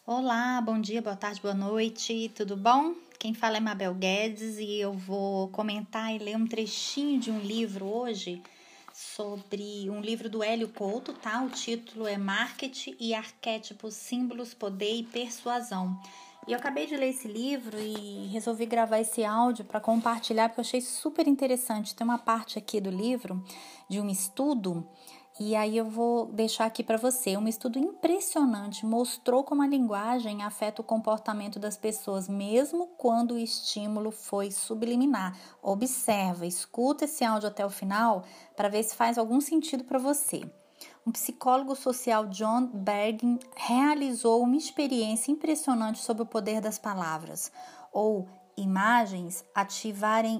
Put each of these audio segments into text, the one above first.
Olá, bom dia, boa tarde, boa noite, tudo bom? Quem fala é Mabel Guedes e eu vou comentar e ler um trechinho de um livro hoje sobre um livro do Hélio Couto, tá? O título é Marketing e Arquétipos, Símbolos, Poder e Persuasão. E eu acabei de ler esse livro e resolvi gravar esse áudio para compartilhar porque eu achei super interessante. Tem uma parte aqui do livro de um estudo. E aí eu vou deixar aqui para você. Um estudo impressionante mostrou como a linguagem afeta o comportamento das pessoas, mesmo quando o estímulo foi subliminar. Observa, escuta esse áudio até o final para ver se faz algum sentido para você. Um psicólogo social, John Bergin, realizou uma experiência impressionante sobre o poder das palavras, ou imagens ativarem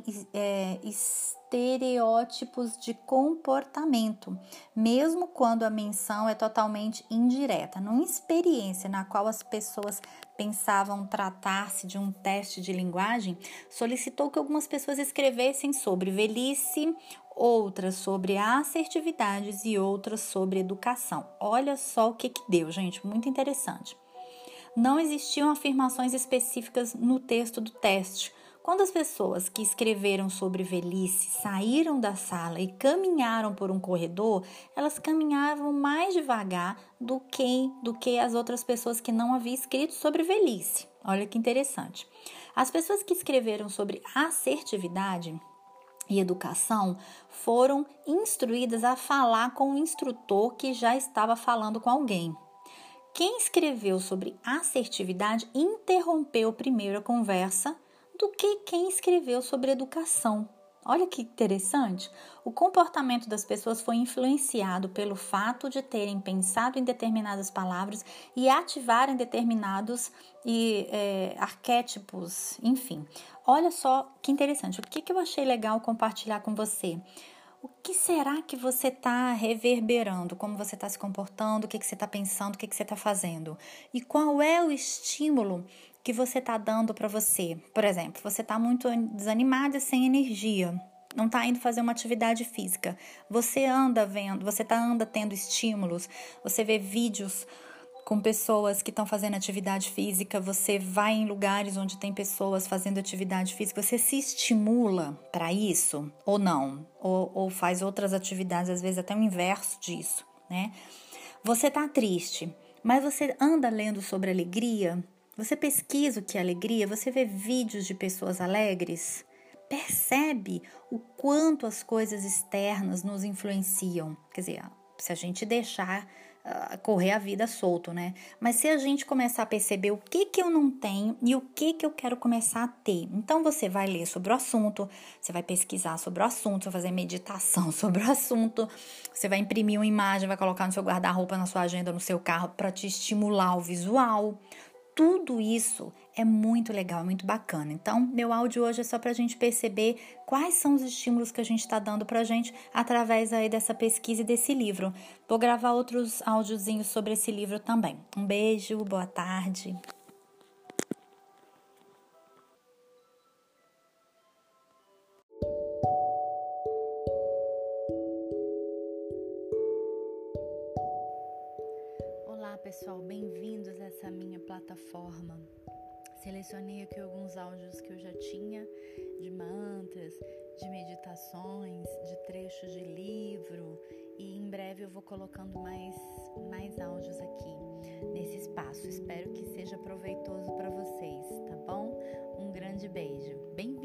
estereótipos de comportamento, mesmo quando a menção é totalmente indireta. Numa experiência na qual as pessoas pensavam tratar-se de um teste de linguagem, solicitou que algumas pessoas escrevessem sobre velhice, outras sobre assertividades e outras sobre educação. Olha só o que deu, gente, muito interessante. Não existiam afirmações específicas no texto do teste. Quando as pessoas que escreveram sobre velhice saíram da sala e caminharam por um corredor, elas caminhavam mais devagar do que as outras pessoas que não haviam escrito sobre velhice. Olha que interessante. As pessoas que escreveram sobre assertividade e educação foram instruídas a falar com o instrutor que já estava falando com alguém. Quem escreveu sobre assertividade interrompeu primeiro a conversa do que quem escreveu sobre educação. Olha que interessante. O comportamento das pessoas foi influenciado pelo fato de terem pensado em determinadas palavras e ativarem determinados arquétipos, enfim. Olha só que interessante. O que eu achei legal compartilhar com você? O que será que você está reverberando? Como você está se comportando? O que você está pensando? O que você está fazendo? E qual é o estímulo que você está dando para você? Por exemplo, você está muito desanimada, sem energia, não está indo fazer uma atividade física. Você anda tendo estímulos, você vê vídeos com pessoas que estão fazendo atividade física, você vai em lugares onde tem pessoas fazendo atividade física, você se estimula para isso ou não? Ou faz outras atividades, às vezes até o inverso disso, né? Você tá triste, mas você anda lendo sobre alegria? Você pesquisa o que é alegria? Você vê vídeos de pessoas alegres? Percebe o quanto as coisas externas nos influenciam? Quer dizer, se a gente deixar correr a vida solto, né? Mas se a gente começar a perceber o que eu não tenho e o que eu quero começar a ter, então você vai ler sobre o assunto, você vai pesquisar sobre o assunto, você vai fazer meditação sobre o assunto, você vai imprimir uma imagem, vai colocar no seu guarda-roupa, na sua agenda, no seu carro para te estimular o visual. Tudo isso é muito legal, é muito bacana. Então, meu áudio hoje é só para a gente perceber quais são os estímulos que a gente está dando para a gente através aí dessa pesquisa e desse livro. Vou gravar outros áudiozinhos sobre esse livro também. Um beijo, boa tarde. Olá pessoal, bem-vindos a essa minha plataforma. Selecionei aqui alguns áudios que eu já tinha de mantras, de meditações, de trechos de livro e em breve eu vou colocando mais áudios aqui nesse espaço. Espero que seja proveitoso para vocês, tá bom? Um grande beijo. Bem-vindos!